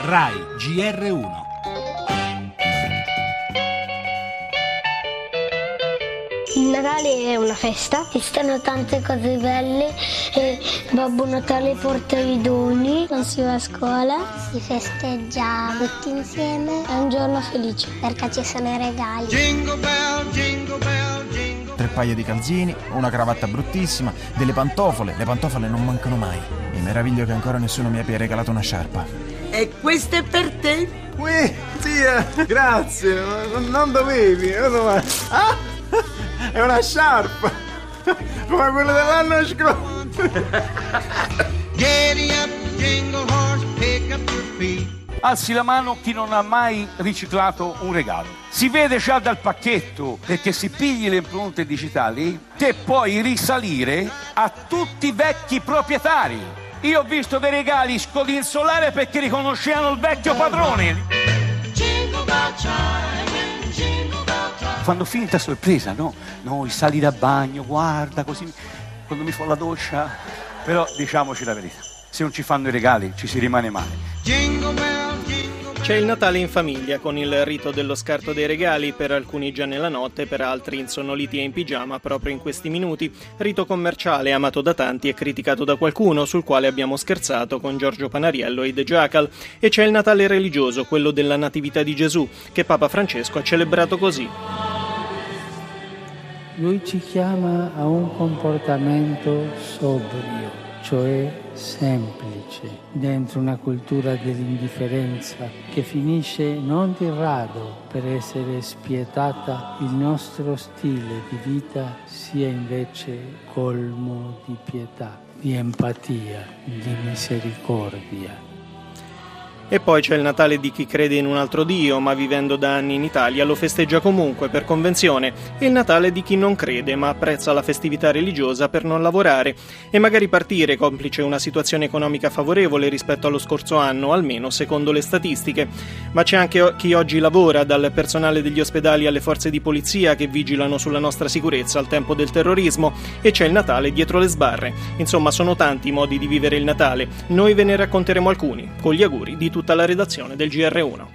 Rai GR1. Il Natale è una festa, ci stanno tante cose belle, Babbo Natale porta i doni, non si va a scuola, si festeggia tutti insieme, è un giorno felice perché ci sono i regali. Jingle bell, jingle bell, jingle. 3 paia di calzini, una cravatta bruttissima, delle pantofole, le pantofole non mancano mai. Mi meraviglio che ancora nessuno mi abbia regalato una sciarpa. E questo è per te? Zia, grazie, non dovevi, Ah! È una sciarpa come quella dell'anno scorso. Giddy up, jingle horse, pick up your feet. Alzi la mano chi non ha mai riciclato un regalo. Si vede già dal pacchetto, perché se pigli le impronte digitali te puoi risalire a tutti i vecchi proprietari. Io ho visto dei regali scodinzolare perché riconoscevano il vecchio padrone. Fanno finta sorpresa, no? Noi sali da bagno, guarda, così quando mi fa la doccia. Però diciamoci la verità, se non ci fanno i regali ci si rimane male. C'è il Natale in famiglia, con il rito dello scarto dei regali, per alcuni già nella notte, per altri insonnoliti e in pigiama proprio in questi minuti. Rito commerciale amato da tanti e criticato da qualcuno, sul quale abbiamo scherzato con Giorgio Panariello e The Jackal. E c'è il Natale religioso, quello della Natività di Gesù, che Papa Francesco ha celebrato così. Lui ci chiama a un comportamento sobrio, cioè semplice, dentro una cultura dell'indifferenza che finisce non di rado per essere spietata. Il nostro stile di vita sia invece colmo di pietà, di empatia, di misericordia. E poi c'è il Natale di chi crede in un altro Dio, ma vivendo da anni in Italia lo festeggia comunque per convenzione, e il Natale di chi non crede, ma apprezza la festività religiosa per non lavorare e magari partire, complice una situazione economica favorevole rispetto allo scorso anno, almeno secondo le statistiche. Ma c'è anche chi oggi lavora, dal personale degli ospedali alle forze di polizia che vigilano sulla nostra sicurezza al tempo del terrorismo, e c'è il Natale dietro le sbarre. Insomma, sono tanti i modi di vivere il Natale. Noi ve ne racconteremo alcuni, con gli auguri di tutta la redazione del GR1.